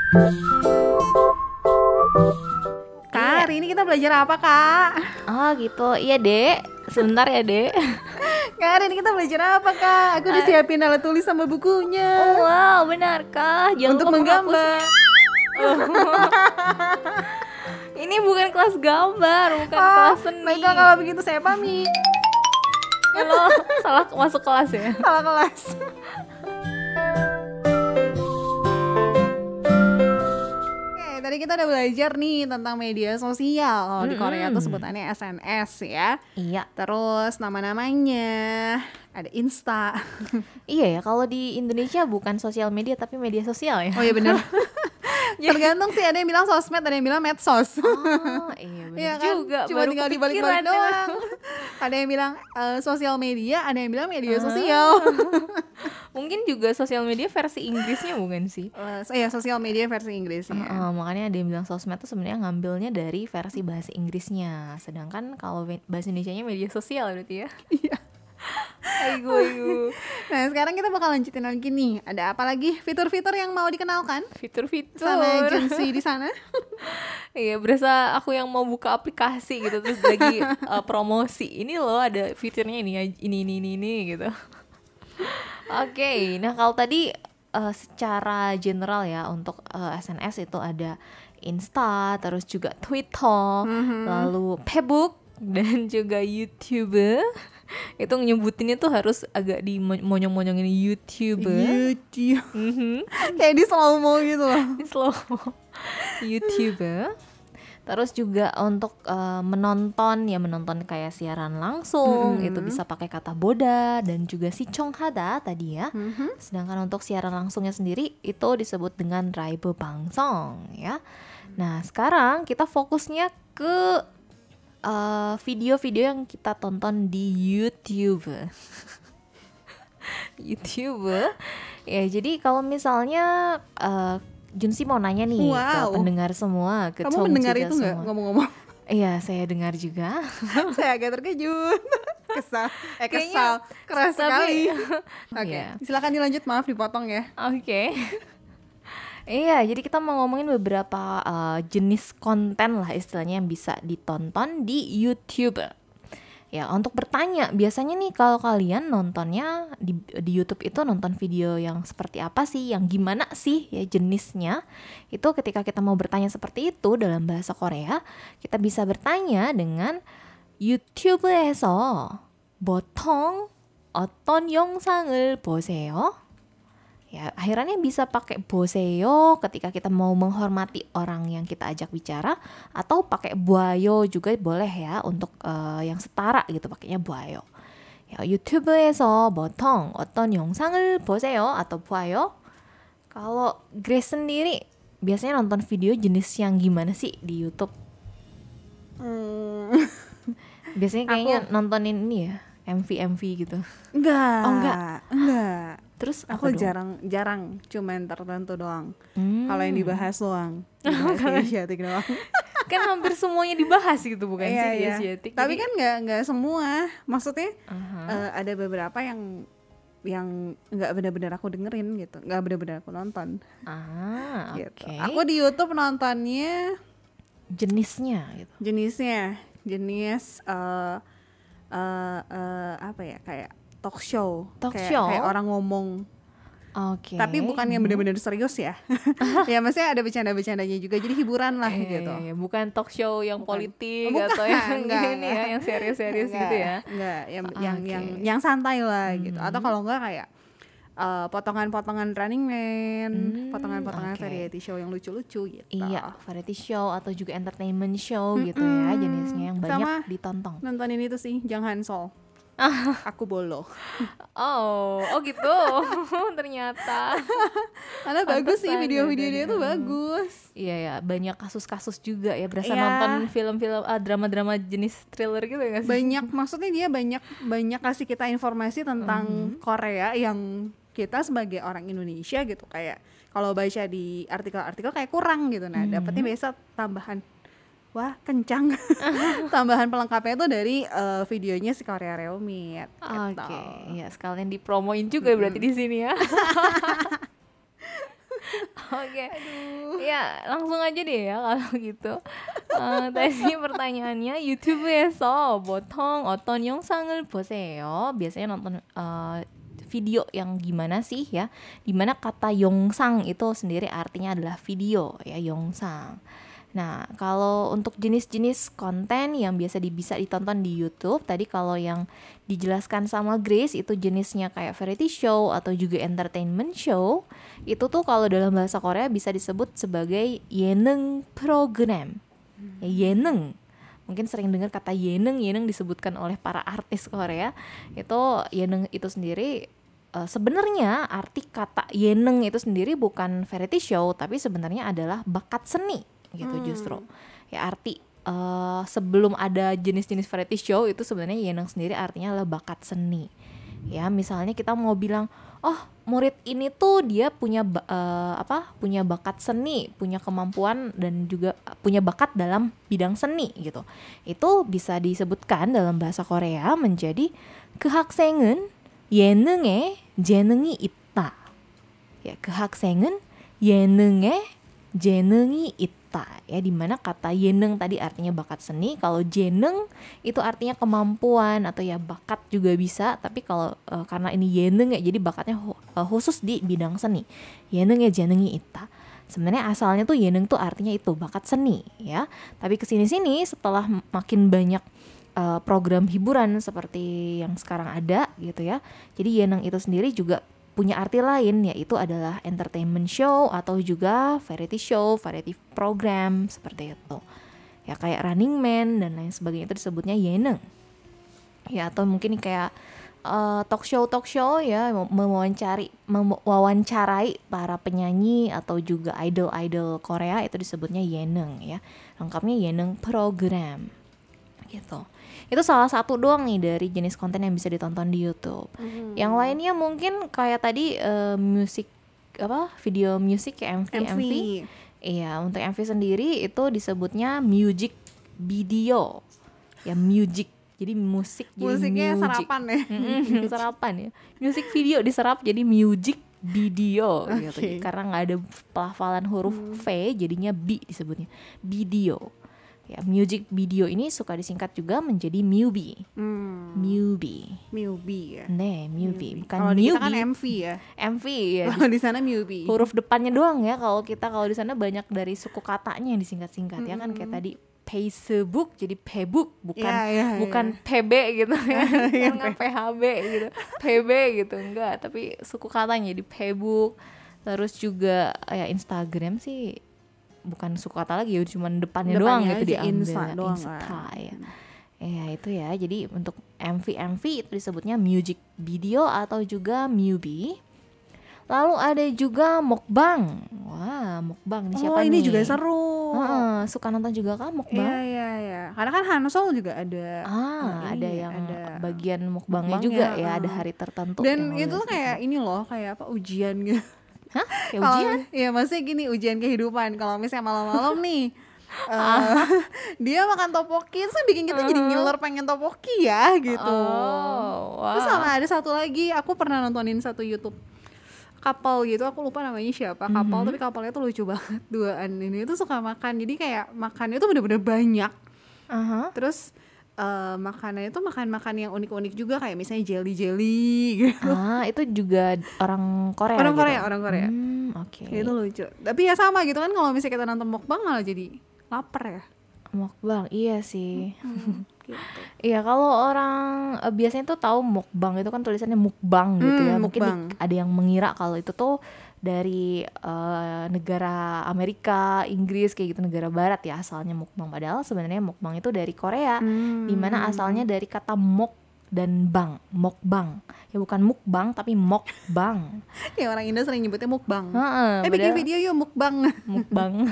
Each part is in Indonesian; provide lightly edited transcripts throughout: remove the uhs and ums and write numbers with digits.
Kak, hari ini kita belajar apa, Kak? Oh gitu, iya Dek. Sebentar ya Dek. Kak, hari ini kita belajar apa, Kak? Aku udah siapin alat tulis sama bukunya. Oh, wow, benarkah? Jangan Untuk lupa menggambar. Ini bukan kelas gambar, bukan Oh, kelas seni. baiklah kalau begitu saya pamit. Lo salah masuk kelas ya. Salah kelas. Oke, tadi kita udah belajar nih tentang media sosial. Kalau di Korea tuh sebutannya SNS ya. Iya. Terus nama-namanya ada Insta. Iya ya, kalau di Indonesia bukan sosial media tapi media sosial ya. Oh iya benar. Tergantung sih, ada yang bilang sosmed, ada yang bilang medsos. Oh, iya benar Iya kan? juga. Cuma Baru tinggal kepikiran dibalik-balik ya. doang. Ada yang bilang sosial media, ada yang bilang media sosial. Mungkin juga sosial media versi Inggrisnya bukan sih? Ya sosial media versi Inggris ya. Makanya ada yang bilang sosmed tuh sebenarnya ngambilnya dari versi bahasa Inggrisnya. Sedangkan kalau bahasa Indonesianya media sosial berarti ya. Iya. Aigu. Nah sekarang kita bakal lanjutin lagi nih. Ada apa lagi fitur-fitur yang mau dikenalkan Fitur-fitur. sama agensi di sana? Iya, berasa aku yang mau buka aplikasi gitu terus lagi promosi. Ini loh ada fiturnya ini gitu. Oke, nah kalau tadi secara general ya untuk SNS itu ada Insta, terus juga Twitter, lalu Facebook dan juga YouTube. Itu nyebutinnya tuh harus agak dimonyong-monyongin YouTube. YouTube. Kayak di slow mo gitu loh. Slow. YouTube. Terus juga untuk menonton kayak siaran langsung itu bisa pakai kata boda dan juga sichonghada tadi ya. Sedangkan untuk siaran langsungnya sendiri itu disebut dengan raibe bangsong ya. Nah, sekarang kita fokusnya ke video-video yang kita tonton di YouTube. YouTube. Ya, jadi kalau misalnya Junsi mau nanya nih ke pendengar semua, ke Kamu mendengar itu nggak ngomong-ngomong? Iya, saya dengar juga. Saya agak terkejut. Kesal, keras sekali. Oke, silakan dilanjut, maaf dipotong ya. Oke. Iya, jadi kita mau ngomongin beberapa jenis konten lah istilahnya yang bisa ditonton di YouTube. Ya, untuk bertanya, biasanya nih kalau kalian nontonnya di YouTube itu nonton video yang seperti apa sih, yang gimana sih ya jenisnya. Itu ketika kita mau bertanya seperti itu dalam bahasa Korea, kita bisa bertanya dengan YouTube에서 보통 어떤 영상을 보세요? Ya, akhirnya bisa pakai 보세요 ketika kita mau menghormati orang yang kita ajak bicara, atau pakai 보아요 juga boleh ya untuk yang setara gitu, pakainya 보아요. Ya, 유튜브에서 보통 어떤 영상을 보세요 atau 보아요. Kalau Grace sendiri biasanya nonton video jenis yang gimana sih di YouTube? Biasanya kayaknya nontonin ini ya, MV gitu. Enggak. Oh, enggak. Terus aku jarang, cuman tertentu doang. Kalau yang dibahas doang, dibahas Asiatik doang. Kan hampir semuanya dibahas gitu bukan sih di Asiatik. Tapi kan nggak semua. Maksudnya ada beberapa yang nggak benar-benar aku dengerin gitu, nggak benar-benar aku nonton. Gitu. Okay. Aku di YouTube nontonnya jenisnya gitu. Jenis apa ya, kayak talk show. Kayak orang ngomong. Oke. Tapi bukan yang benar-benar serius ya. Ya maksudnya ada bercanda-bercandanya juga, jadi hiburan lah gitu. Bukan talk show yang politik atau yang ini ya, yang serius-serius gitu ya. Enggak, yang santai lah gitu. Atau kalau enggak kayak potongan-potongan Running Man, potongan-potongan variety show yang lucu-lucu gitu. Iya, variety show atau juga entertainment show gitu ya, jenisnya yang banyak ditonton. Nontonin itu sih, Jang Han Sol. Aku bolo. Oh gitu. Ternyata. Karena bagus sih, video-video dia tuh bagus. Iya ya, banyak kasus-kasus juga ya, berasa nonton film-film drama-drama jenis thriller gitu ya. Banyak, maksudnya dia banyak kasih kita informasi tentang Korea yang kita sebagai orang Indonesia gitu, kayak kalau baca di artikel-artikel kayak kurang gitu. Nah, dapetnya biasa tambahan. Wah, kencang. Tambahan pelengkapnya tuh dari videonya si Korea Reomit. Oke, ya sekalian dipromoin juga berarti di sini ya. Oke. Ya, langsung aja deh ya kalau gitu. Tadi pertanyaannya 유튜브에서 보통 어떤 영상을 보세요? Biasanya nonton video yang gimana sih ya? Dimana kata yongsang itu sendiri artinya adalah video ya, yongsang. Nah, kalau untuk jenis-jenis konten yang biasa bisa ditonton di YouTube, tadi kalau yang dijelaskan sama Grace itu jenisnya kayak variety show atau juga entertainment show, itu tuh kalau dalam bahasa Korea bisa disebut sebagai 예능 program. Ya, 예능. Mungkin sering dengar kata 예능 disebutkan oleh para artis Korea. Itu 예능 itu sendiri sebenarnya arti kata 예능 itu sendiri bukan variety show, tapi sebenarnya adalah bakat seni gitu justru. Ya arti sebelum ada jenis-jenis variety show itu sebenarnya 예능 sendiri artinya adalah bakat seni. Ya, misalnya kita mau bilang, "Oh, murid ini tuh dia punya punya bakat seni, punya kemampuan dan juga punya bakat dalam bidang seni" gitu. Itu bisa disebutkan dalam bahasa Korea menjadi 그 학생은 예능에 재능이 있다. Ya, 그 학생은 예능에 재능이 있다. Ya, dimana kata 예능 tadi artinya bakat seni, kalau 재능 itu artinya kemampuan atau ya bakat juga bisa, tapi kalau karena ini 예능 ya jadi bakatnya khusus di bidang seni. 예능에 재능이 있다. Sebenarnya asalnya tuh 예능 tuh artinya itu bakat seni ya. Tapi kesini-sini setelah makin banyak program hiburan seperti yang sekarang ada gitu ya. Jadi 예능 itu sendiri juga punya arti lain, yaitu adalah entertainment show atau juga variety show, variety program seperti itu. Ya kayak Running Man dan lain sebagainya itu disebutnya 예능. Ya atau mungkin kayak talk show ya, mewawancarai para penyanyi atau juga idol Korea itu disebutnya 예능 ya. Lengkapnya 예능 program. Gitu. Itu salah satu doang nih dari jenis konten yang bisa ditonton di YouTube. Yang lainnya mungkin kayak tadi video musik kayak MV. Iya, untuk MV sendiri itu disebutnya music video. Ya music. Jadi musiknya music. Sarapan ya. Sarapan ya. Music video diserap jadi music video gitu. Karena nggak ada pelafalan huruf V jadinya B disebutnya. Video. Ya, music video ini suka disingkat juga menjadi MUBI. MUBI ya. MUBI. Bukan kalau di kita kan MV ya. MV ya. Kalau di sana MUBI. Huruf depannya doang ya. Kalau di sana banyak dari suku katanya yang disingkat-singkat ya kan, kayak tadi Facebook jadi pebuk, bukan PB gitu ya. Enggak PHB gitu. PB gitu enggak, tapi suku katanya jadi pebuk. Terus juga ya Instagram sih bukan suku kata lagi ya, cuma depannya doang gitu diambil Insta ya. Ya itu ya. Jadi untuk MV itu disebutnya music video atau juga MUBI. Lalu ada juga mukbang. Wah, mukbang nih siapa nih? Oh, ini juga seru. Suka nonton juga kan mukbang? Iya. Karena kan Hansol juga ada. Ada yang bagian mukbangnya juga ya, ada hari tertentu. Dan itu kayak ini loh, kayak apa ujian gitu. Hah? Kayak ujian? Iya, maksudnya gini, ujian kehidupan. Kalau misalnya malam-malam nih dia makan topoki, terus bikin kita jadi ngiler pengen topoki ya gitu. Terus sama ada satu lagi, aku pernah nontonin satu YouTube couple gitu, aku lupa namanya siapa couple, tapi couple-nya tuh lucu banget. Duaan ini tuh suka makan, jadi kayak makannya tuh bener-bener banyak. Terus makanannya tuh makan yang unik-unik juga, kayak misalnya jelly gitu. Itu juga orang Korea. Orang Korea. Oke. Itu lucu. Tapi ya sama gitu kan, kalau misalnya kita nonton mukbang malah jadi lapar ya. Mukbang, iya sih. Gitu. Iya, kalau orang biasanya tuh tahu mukbang itu kan tulisannya mukbang gitu ya. Mungkin ada yang mengira kalau itu tuh dari negara Amerika, Inggris kayak gitu, negara barat ya asalnya mukbang. Padahal sebenarnya mukbang itu dari Korea, dimana asalnya dari kata mok dan bang, mukbang. Ya bukan mukbang tapi mokbang. Ya orang Indo sering nyebutnya mukbang. Bikin video yuk mukbang. Mukbang.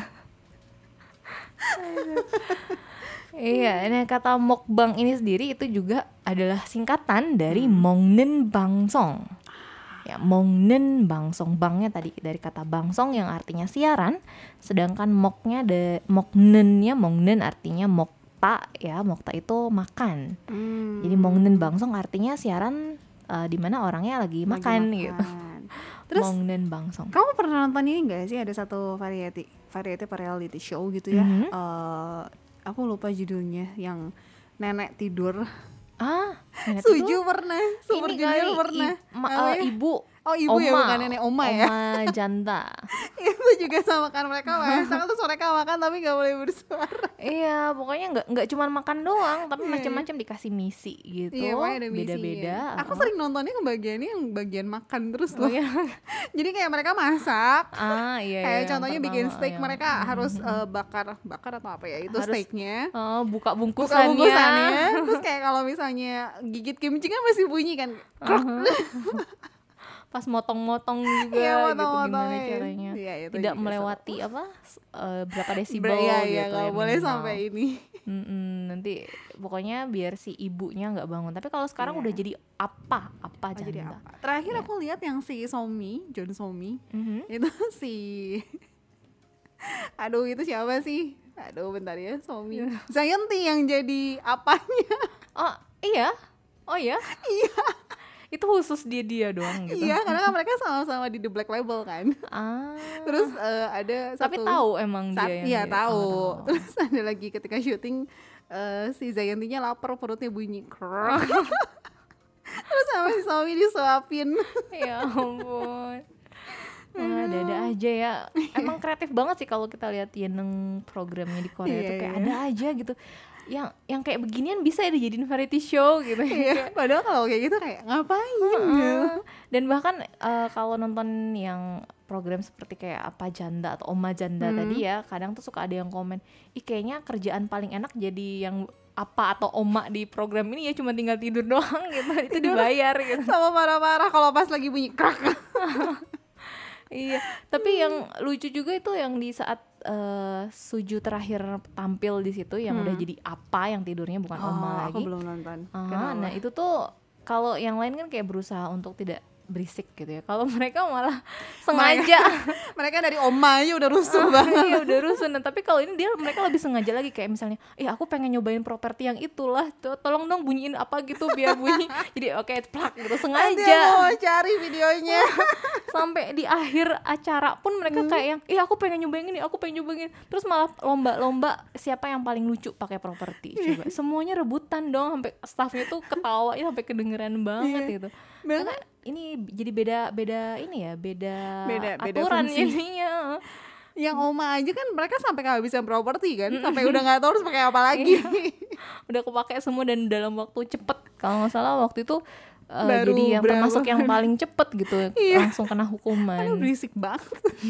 Iya, ini kata mukbang ini sendiri itu juga adalah singkatan dari 먹는 방송. Ya, 먹는 방송, bangnya tadi dari kata bangsong yang artinya siaran, sedangkan 먹는 artinya mokta ya, mokta itu makan. Jadi 먹는 방송 artinya siaran di mana orangnya lagi makan gitu. Terus Mongnen Bangsong. kamu pernah nonton ini nggak sih, ada satu variety apa reality show gitu ya? Aku lupa judulnya, yang nenek tidur. Nenek Suju tidur? pernah, Super Ini Junior kali pernah. ibu. Oh ibu ya, bukan nenek, oma ya. Oma janda. Itu juga sama kan, mereka masak terus mereka makan tapi nggak boleh bersuara. Iya, pokoknya nggak cuma makan doang, tapi macam-macam dikasih misi gitu. Iya, pokoknya ada misinya. Beda-beda. Aku sering nontonnya bagiannya yang bagian makan terus Oh, loh. iya. Jadi kayak mereka masak. Iya. Kayak yang contohnya pertama, bikin steak, yang- mereka harus bakar atau apa ya, itu Harus steaknya. buka Buka bungkusannya. bungkusannya. Terus kayak kalau misalnya gigit kimchi kan masih bunyi kan. Pas motong-motong juga Iya, gitu, motong-motongnya. gimana caranya Iya, itu tidak juga melewati berapa desibel Iya, gitu nggak ya boleh minimal. sampai ini. Nanti pokoknya biar si ibunya nggak bangun. Tapi kalau sekarang udah jadi apa Jadi janda. apa? Terakhir Iya. aku lihat yang si John Somi, Mhm. itu si aduh itu siapa sih? Aduh bentar ya, Somi. Zayanti yang jadi apanya? Oh iya, iya. Itu khusus dia doang gitu. Iya, karena kan mereka sama-sama di The Black Label kan. Terus ada Tapi satu tahu emang dia yang iya dia- tahu. tahu. Terus ada lagi ketika syuting si Zayantinya lapar, perutnya bunyi krek. Terus sama si Somi disuapin. Ya ampun. Ada aja ya. Emang kreatif banget sih kalau kita lihat Yeneng programnya di Korea Iya, tuh kayak iya. ada aja gitu. Yang kayak beginian bisa ya dijadiin variety show gitu. Iya, padahal kalau kayak gitu kayak ngapain gitu. Dan bahkan kalau nonton yang program seperti kayak apa janda atau oma janda tadi ya, kadang tuh suka ada yang komen, ih kayaknya kerjaan paling enak jadi yang apa atau oma di program ini ya cuma tinggal tidur doang gitu. Itu dibayar gitu. Sama parah-parah kalau pas lagi bunyi krak. Iya, tapi yang lucu juga itu yang di saat Suju terakhir tampil di situ yang udah jadi apa, yang tidurnya bukan oma Aku lagi. belum nonton. Nah itu tuh kalau yang lain kan kayak berusaha untuk tidak berisik gitu ya. Kalau mereka malah sengaja. Mereka dari oma aja udah rusuh banget. Iya udah rusuh. Nah, tapi kalau ini mereka lebih sengaja lagi kayak misalnya, aku pengen nyobain properti yang itulah, tolong dong bunyiin apa gitu biar bunyi. Jadi oke, plak gitu Nanti sengaja. aku mau cari videonya. Sampai di akhir acara pun mereka kayak yang, aku pengen nyobain ini, aku pengen nyobain ini. Terus malah lomba siapa yang paling lucu pakai properti. Coba semuanya rebutan dong, sampai staffnya tuh ketawa sampai kedengeran banget gitu. Karena ini jadi beda ini ya, beda aturan fungsi. jadinya. Yang oma aja kan mereka sampai kehabisan properti kan, sampai udah nggak tahu harus pakai apa lagi. Udah kepake semua dan dalam waktu cepet. Kalau nggak salah waktu itu Baru jadi yang berapa termasuk yang paling cepet gitu, langsung kena hukuman. Aduh, berisik banget.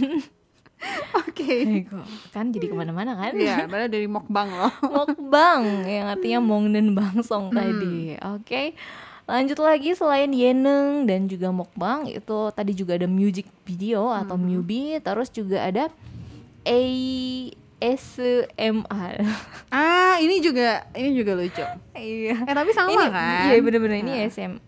Oke. Kan jadi kemana-mana kan? Iya, padahal dari mukbang loh. Mukbang yang artinya Mongnen Bangsong tadi. Oke. Lanjut lagi, selain Yeneng dan juga mukbang itu tadi juga ada music video atau Mubi, terus juga ada ASMR. Ini juga lucu. Iya. Tapi sama Ini, kan? iya bener-bener ini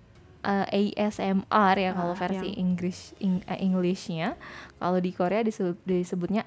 ASMR ya kalau versi Englishnya. Kalau di Korea disebutnya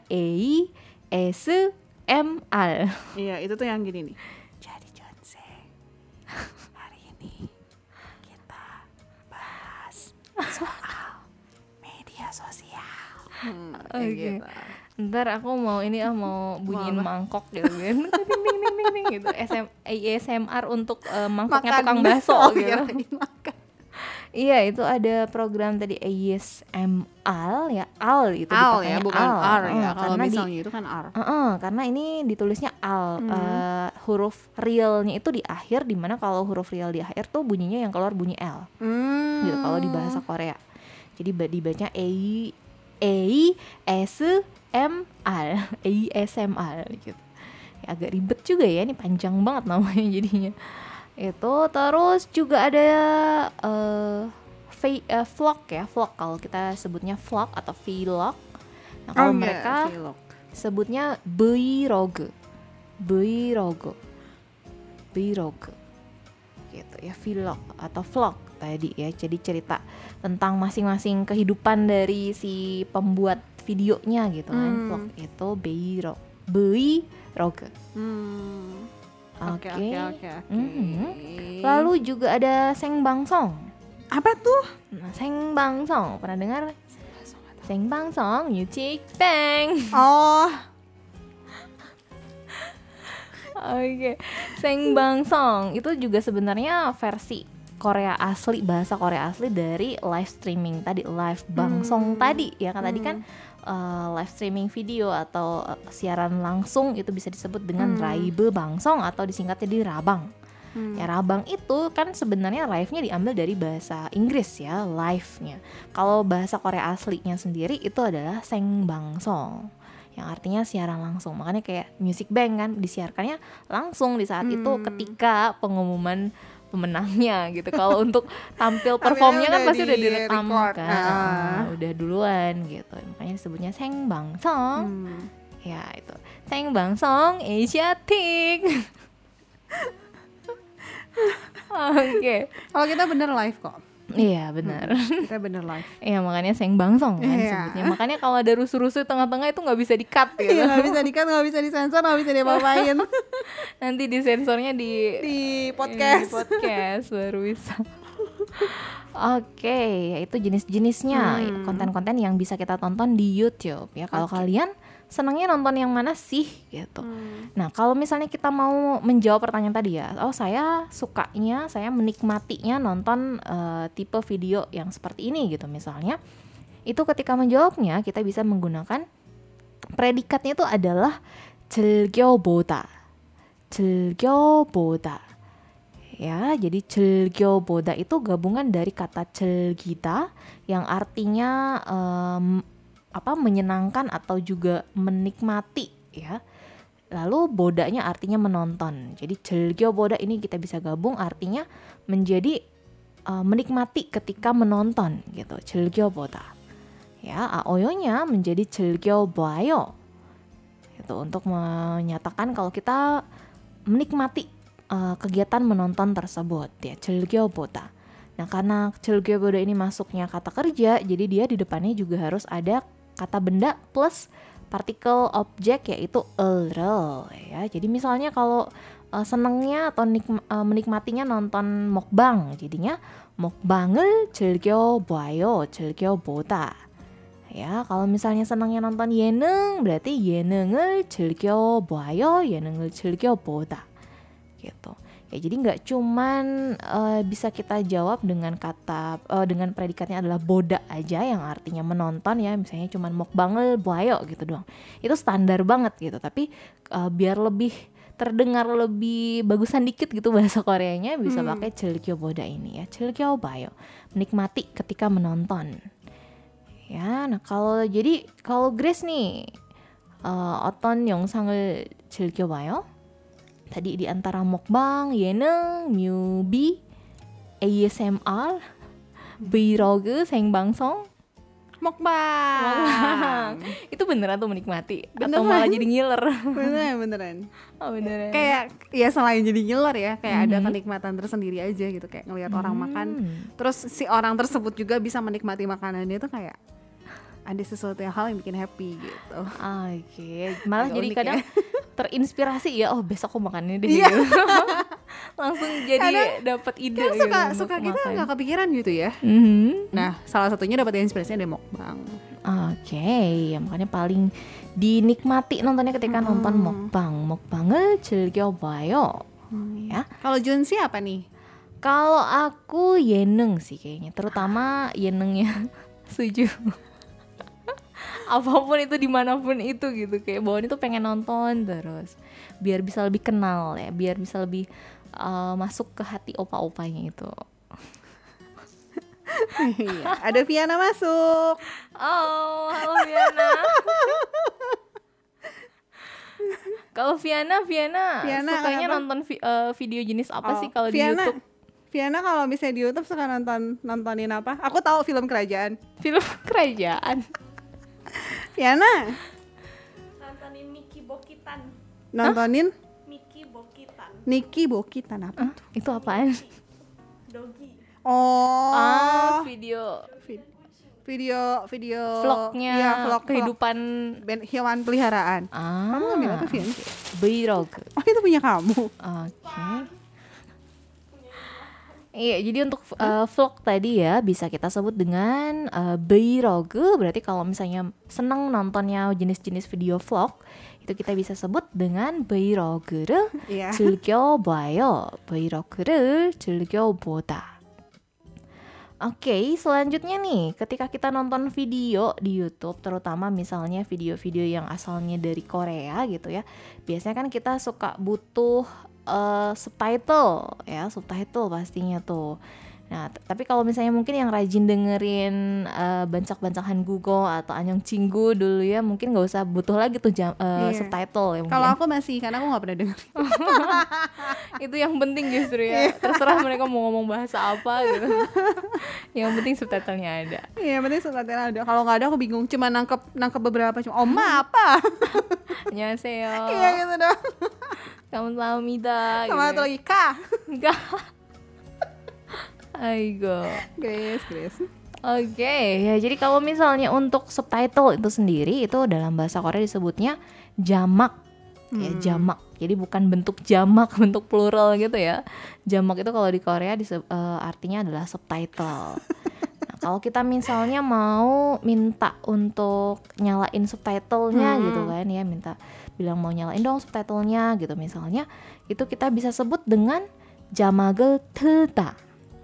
ASMR. Iya, itu tuh yang gini nih. Jadi Jonse, hari ini kita bahas soal media sosial. Oke. Gitu. Ntar aku mau mau bunyiin mangkok gitu kan. Ting gitu. ASMR untuk mangkoknya tukang bakso gitu. kirain makan. Iya, itu ada program tadi ASMR ya, AL itu Al dipakainya ya, bukan AL. R ya. Kalau Karena misalnya itu kan R. karena ini ditulisnya AL, huruf realnya itu di akhir, dimana kalau huruf real di akhir tuh bunyinya yang keluar bunyi L. Gitu kalau di bahasa Korea. Jadi dibaca ASMR gitu. Ya, agak ribet juga ya, ini panjang banget namanya jadinya. Itu terus juga ada vlog ya, vlog kalau kita sebutnya vlog atau vlog. Nah, kalau mereka sebutnya vlog gitu ya, vlog atau vlog tadi ya. Jadi cerita tentang masing-masing kehidupan dari si pembuat videonya gitu kan. Vlog itu vlog. Oke. Lalu juga ada Seng Bangsong. Apa tuh? Nah, Seng Bangsong pernah dengar? 생방송 뮤직뱅. Oh, Oke, 생방송 itu juga sebenarnya versi Korea asli, bahasa Korea asli dari live streaming tadi, live bangsong tadi ya kan. Tadi kan live streaming video atau siaran langsung itu bisa disebut dengan raibe bangsong atau disingkatnya di rabang. Ya, rabang itu kan sebenarnya live-nya diambil dari bahasa Inggris ya, live-nya. Kalau bahasa Korea aslinya sendiri itu adalah 생방송, yang artinya siaran langsung. Makanya kayak Music Bank kan disiarkannya langsung di saat itu ketika pengumuman pemenangnya gitu. Kalau untuk tampil performnya kan pasti udah direkam kan, udah duluan gitu. Makanya disebutnya 생방송. Ya itu 생방송 Asiatic. Oke. kalau kita bener live kok. Iya benar. Kita bener live. Iya makanya 생방송 kan Iya. sebutnya. Makanya kalau ada rusuh-rusuh tengah-tengah itu nggak bisa di-cut gitu. Iya, nggak bisa di-cut, nggak bisa disensor, nggak bisa diapa-apain. Nanti disensornya Di di podcast. podcast baru bisa. Oke, yaitu jenis-jenisnya konten-konten yang bisa kita tonton di YouTube ya. Kalau kalian senangnya nonton yang mana sih gitu. Nah, kalau misalnya kita mau menjawab pertanyaan tadi ya, oh saya sukanya, saya menikmatinya nonton tipe video yang seperti ini gitu misalnya. Itu ketika menjawabnya kita bisa menggunakan predikatnya itu adalah 즐겨보다. 즐겨보다. Ya, jadi 즐겨보다 itu gabungan dari kata 즐기다 yang artinya menyenangkan atau juga menikmati ya. Lalu bodanya artinya menonton. Jadi 즐겨보다 ini kita bisa gabung artinya menjadi menikmati ketika menonton gitu. 즐겨보다. Ya, aoyonya menjadi 즐겨봐요. Itu untuk menyatakan kalau kita menikmati kegiatan menonton tersebut ya, 즐겨보다. Nah, karena 즐겨보다 ini masuknya kata kerja, jadi dia di depannya juga harus ada kata benda plus partikel objek yaitu 을을 ya. Jadi misalnya kalau senengnya atau menikmatinya nonton mukbang, jadinya mukbang을 즐겨봐요, 즐겨보다. Ya, kalau misalnya senangnya nonton 예능 berarti 예능을 즐겨봐요, 예능을 즐겨보다. Gitu. Ya, jadi nggak cuman bisa kita jawab dengan kata dengan predikatnya adalah boda aja yang artinya menonton ya, misalnya cuman mukbang을 봐요 gitu doang. Itu standar banget gitu, tapi biar lebih terdengar lebih bagusan dikit gitu bahasa Koreanya bisa pakai 즐겨보다 ini ya, 즐겨봐요, menikmati ketika menonton. Ya, nah kalau Grace nih 어떤 영상을 즐겨봐요? Tadi di antara mukbang, 예능, 뮤비, ASMR, vlog, 생방송, Mukbang. itu beneran tuh menikmati Beneran. atau malah jadi ngiler? Beneran. Oh beneran. Kayak ya selain jadi ngiler ya, kayak ada kenikmatan tersendiri aja gitu, kayak ngelihat orang makan. Terus si orang tersebut juga bisa menikmati makanannya itu kayak ada sesuatu hal yang bikin happy gitu. Oke, malah Agak jadi unik kadang ya. terinspirasi ya, oh besok aku makan ini deh Iya. gitu. Langsung jadi dapat ide Kan gitu suka untuk kita makan. nggak kepikiran gitu ya. Nah, salah satunya dapat inspirasinya dari mukbang. Oke, ya makanya paling dinikmati nontonnya ketika nonton mukbang. mukbang을 즐겨봐요. Ya. Kalau Junsi apa nih? Kalau aku 예능 sih kayaknya, terutama 예능nya Suju. Apapun itu dimanapun itu gitu, kayak bawaan itu pengen nonton terus biar bisa lebih kenal ya, biar bisa lebih masuk ke hati opa-opanya itu. Iya, ada Viana masuk. Oh, halo Viana. Kalau Viana sukanya apa? nonton video jenis apa sih kalau di Viana, YouTube? Viana kalau misalnya di YouTube suka nontonin apa? Aku tahu film kerajaan. Film kerajaan. Viana Nontonin Miki Bokitan. nontonin Miki Bokitan. Niki Bokitan apa? Itu apaan? Dogi. Oh, Video video vlognya, iya, vlog kehidupan. hewan peliharaan. Kamu ngambil apa Viana? Vlog. Oh, itu punya kamu. Oke. Iya, jadi untuk vlog tadi ya bisa kita sebut dengan vlog. Berarti kalau misalnya senang nontonnya jenis-jenis video vlog, itu kita bisa sebut dengan vlog를 Iya. 즐겨봐요. vlog를 즐겨보다. Oke, selanjutnya nih, ketika kita nonton video di YouTube, terutama misalnya video-video yang asalnya dari Korea gitu ya, biasanya kan kita suka butuh subtitle ya, subtitle pastinya tuh. Nah, tapi kalau misalnya mungkin yang rajin dengerin bancak-bancakan Google atau Anyong Cinggu dulu ya, mungkin nggak usah butuh lagi tuh Iya. subtitle ya mungkin. Kalau aku masih, karena aku nggak pernah denger. Itu yang penting justru ya. Terserah mereka mau ngomong bahasa apa gitu. Yang penting subtitlenya ada. Iya, penting subtitle ada. Kalau nggak ada aku bingung. Cuma nangkep beberapa, cuma Oma apa? 안녕하세요. Iya gitu dong. 감사합니다. Sama satu lagi Kak. Enggak. Aigo. Grace. Oke, ya jadi kalau misalnya untuk subtitle itu sendiri itu dalam bahasa Korea disebutnya jamak. Ya, jamak. Jadi bukan bentuk jamak, bentuk plural gitu ya. Jamak itu kalau di Korea artinya adalah subtitle. Nah, kalau kita misalnya mau minta untuk nyalain subtitlenya gitu kan ya, bilang mau nyalain dong subtitlenya gitu misalnya, itu kita bisa sebut dengan 자막을 틀다.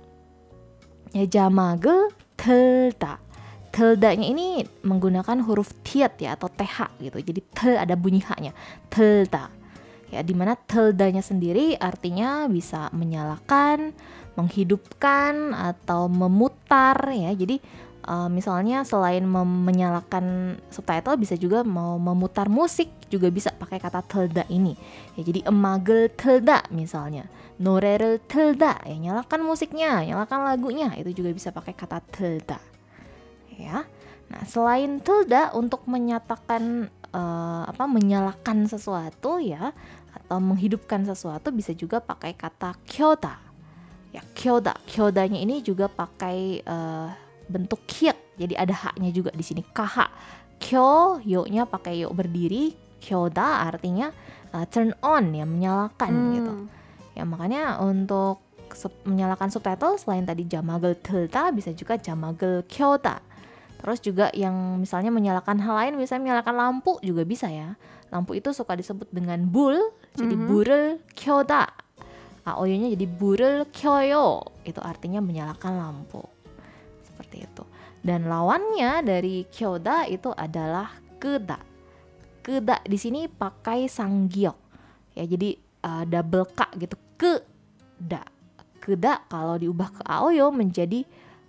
Ya, 자막을 틀다. Tildanya ini menggunakan huruf tiat ya atau th gitu. Jadi tel ada bunyi h-nya. Tilda. Ya, dimana tildanya sendiri artinya bisa menyalakan, menghidupkan atau memutar ya. Jadi misalnya selain menyalakan subtitle bisa juga mau memutar musik juga bisa pakai kata tilda ini. Ya, jadi 음악을 틀다 misalnya. 노래를 틀다 ya nyalakan musiknya, nyalakan lagunya, itu juga bisa pakai kata tilda. Ya. Nah, selain tilda untuk menyatakan menyalakan sesuatu ya atau menghidupkan sesuatu bisa juga pakai kata 켜다. Ya, 켜다nya ini juga pakai bentuk kiek. Jadi ada h-nya juga di sini kh. Kyo, yo-nya pakai yo berdiri, 켜다 artinya turn on ya, menyalakan gitu. Ya, makanya untuk menyalakan subtitle selain tadi 자막을 틀다 bisa juga 자막을 켜다. Terus juga yang misalnya menyalakan hal lain, misalnya menyalakan lampu juga bisa ya. Lampu itu suka disebut dengan 불, jadi 불을 켜다. Aoyonya jadi 불을 켜요. Itu artinya menyalakan lampu. Seperti itu. Dan lawannya dari 켜다 itu adalah 끄다. 끄다 di sini pakai sanggiok. Ya, jadi double k gitu. 끄다. 끄다 kalau diubah ke aoyo menjadi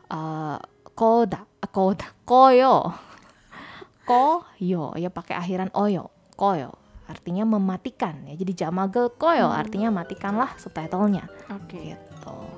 koyo ya pakai akhiran oyo, koyo artinya mematikan ya. Jadi 자막을 koyo artinya matikanlah subtitlenya. Oke. Gitu.